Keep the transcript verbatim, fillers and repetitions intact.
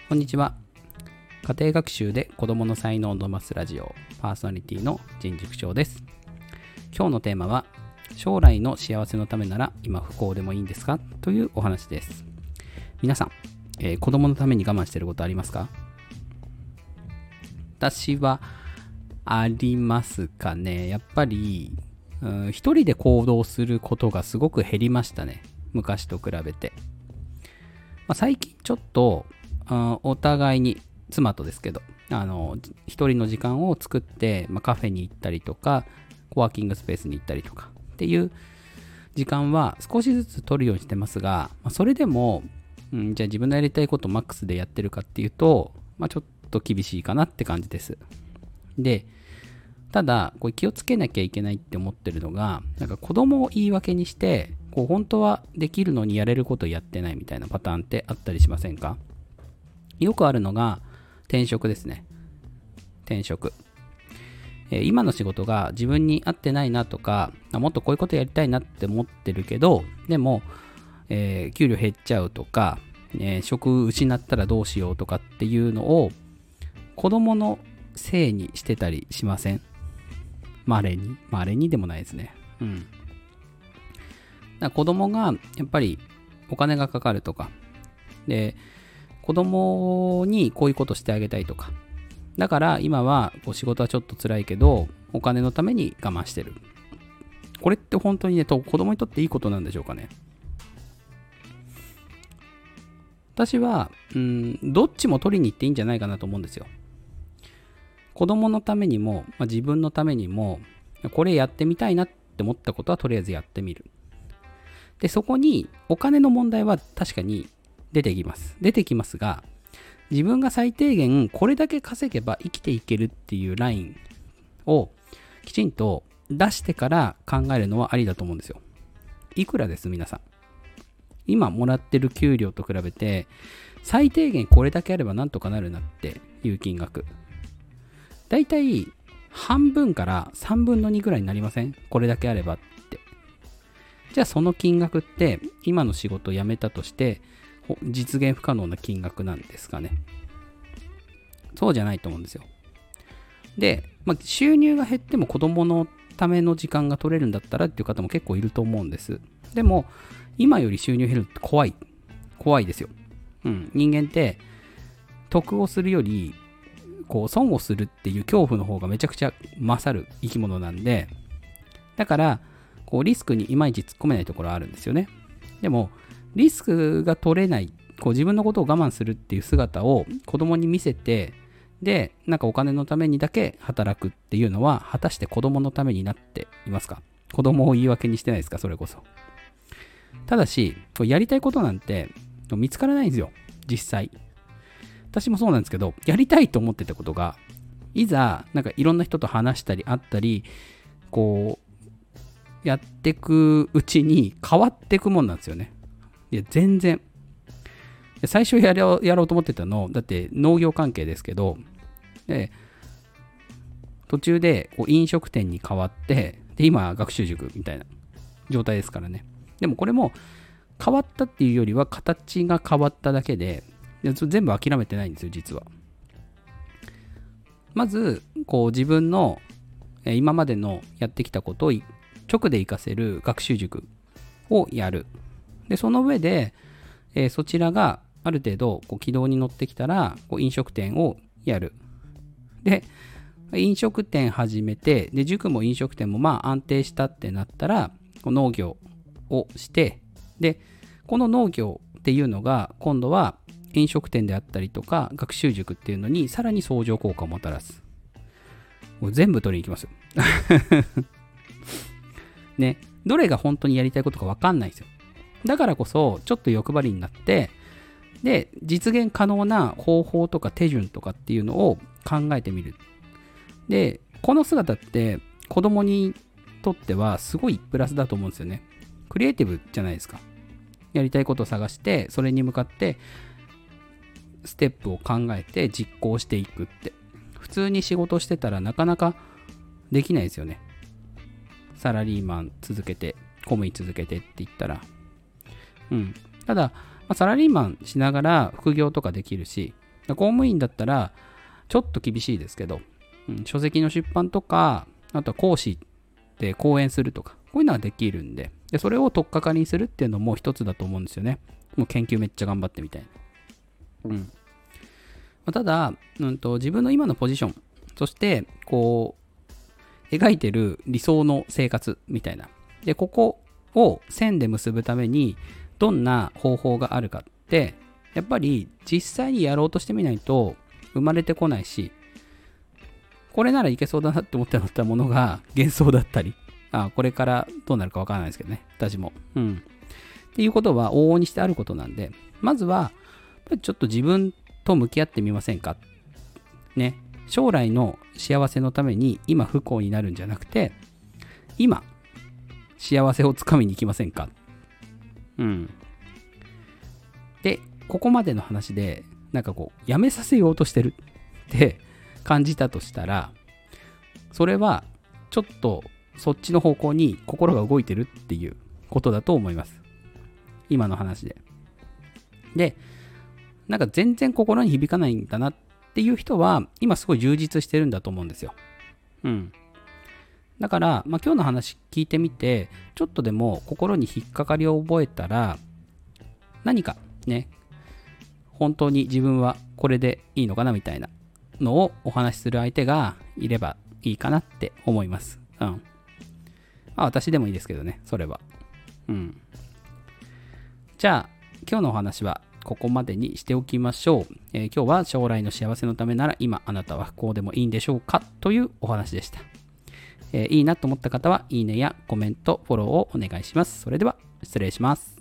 こんにちは。家庭学習で子どもの才能を伸ばすラジオパーソナリティの陣塾長です。今日のテーマは、将来の幸せのためなら今不幸でもいいんですかというお話です。皆さん、えー、子どものために我慢していることありますか？私はありますかね。やっぱり、うん、一人で行動することがすごく減りましたね。昔と比べて。まあ、最近ちょっとお互いに妻とですけど、あの一人の時間を作って、まあ、カフェに行ったりとかコワーキングスペースに行ったりとかっていう時間は少しずつ取るようにしてますが、まあ、それでも、うん、じゃあ自分のやりたいことをマックスでやってるかっていうと、まあ、ちょっと厳しいかなって感じです。で、ただこれ気をつけなきゃいけないって思ってるのが、なんか子供を言い訳にしてこう本当はできるのにやれることをやってないみたいなパターンってあったりしませんか？よくあるのが転職ですね。転職。えー、今の仕事が自分に合ってないなとか、もっとこういうことやりたいなって思ってるけど、でも、えー、給料減っちゃうとか、えー、職失ったらどうしようとかっていうのを子供のせいにしてたりしません？稀に。稀にでもないですね。うん。だから子供がやっぱりお金がかかるとか、で、子供にこういうことしてあげたいとか。だから今はこう仕事はちょっと辛いけど、お金のために我慢してる。これって本当にね、子供にとっていいことなんでしょうかね。私は、うん、どっちも取りに行っていいんじゃないかなと思うんですよ。子供のためにも、まあ、自分のためにも、これやってみたいなって思ったことはとりあえずやってみる。で、そこにお金の問題は確かに出てきます。出てきますが、自分が最低限これだけ稼げば生きていけるっていうラインをきちんと出してから考えるのはありだと思うんですよ。いくらです皆さん。今もらってる給料と比べて最低限これだけあればなんとかなるなっていう金額。だいたい半分からさんぶんのにぐらいになりません？これだけあればって。じゃあその金額って今の仕事を辞めたとして実現不可能な金額なんですかね。そうじゃないと思うんですよ。で、まあ、収入が減っても子供のための時間が取れるんだったらっていう方も結構いると思うんです。でも今より収入減るって怖い。怖いですよ。うん。人間って得をするよりこう損をするっていう恐怖の方がめちゃくちゃ勝る生き物なんで、だからこうリスクにいまいち突っ込めないところはあるんですよね。でもリスクが取れない、こう自分のことを我慢するっていう姿を子供に見せて、で、なんかお金のためにだけ働くっていうのは、果たして子供のためになっていますか？子供を言い訳にしてないですか？それこそ。ただし、こうやりたいことなんて見つからないんですよ、実際。私もそうなんですけど、やりたいと思ってたことが、いざ、なんかいろんな人と話したり、会ったり、こう、やってくうちに変わっていくもんなんですよね。いや、全然。最初やろう、やろうと思ってたの、だって農業関係ですけど、で、途中でこう飲食店に変わって、で、今、学習塾みたいな状態ですからね。でもこれも変わったっていうよりは、形が変わっただけで、で全部諦めてないんですよ、実は。まず、こう自分の今までのやってきたことを直で活かせる学習塾をやる。で、その上で、えー、そちらがある程度こう軌道に乗ってきたら、こう飲食店をやる。で、飲食店始めて、で、塾も飲食店もまあ安定したってなったら、こう農業をして、で、この農業っていうのが、今度は飲食店であったりとか、学習塾っていうのにさらに相乗効果をもたらす。もう全部取りに行きますよ。ね、どれが本当にやりたいことか分かんないんですよ。だからこそちょっと欲張りになって、で実現可能な方法とか手順とかっていうのを考えてみる。でこの姿って子供にとってはすごいプラスだと思うんですよね。クリエイティブじゃないですか。やりたいことを探してそれに向かってステップを考えて実行していくって、普通に仕事してたらなかなかできないですよね。サラリーマン続けて公務員続けてって言ったら、うん。ただ、まあ、サラリーマンしながら副業とかできるし、 公務員だったらちょっと厳しいですけど、うん、書籍の出版とか、あとは講師で講演するとか、こういうのはできるんで、でそれを取っかかりにするっていうのも一つだと思うんですよね。もう研究めっちゃ頑張ってみたいな。うん。まあ、ただ、うんと、自分の今のポジション、そして、こう、描いてる理想の生活みたいな。で、ここを線で結ぶために、どんな方法があるかって、やっぱり実際にやろうとしてみないと生まれてこないし、これならいけそうだなって思って乗ったものが幻想だったり、あこれからどうなるかわからないですけどね、私も。うん。っていうことは往々にしてあることなんで、まずは、ちょっと自分と向き合ってみませんか。ね。将来の幸せのために今不幸になるんじゃなくて、今、幸せをつかみに行きませんか。うん。で、ここまでの話で、なんかこう、やめさせようとしてるって感じたとしたら、それは、ちょっと、そっちの方向に心が動いてるっていうことだと思います。今の話で。で、なんか全然心に響かないんだなっていう人は、今すごい充実してるんだと思うんですよ。うん。だから、まあ、今日の話聞いてみて、ちょっとでも心に引っかかりを覚えたら、何かね、本当に自分はこれでいいのかなみたいなのをお話しする相手がいればいいかなって思います。うん。まあ私でもいいですけどね、それは。うん。じゃあ、今日のお話はここまでにしておきましょう。えー、今日は将来の幸せのためなら今あなたは不幸でもいいんでしょうかというお話でした。えー、いいなと思った方はいいねやコメント、フォローをお願いします。それでは失礼します。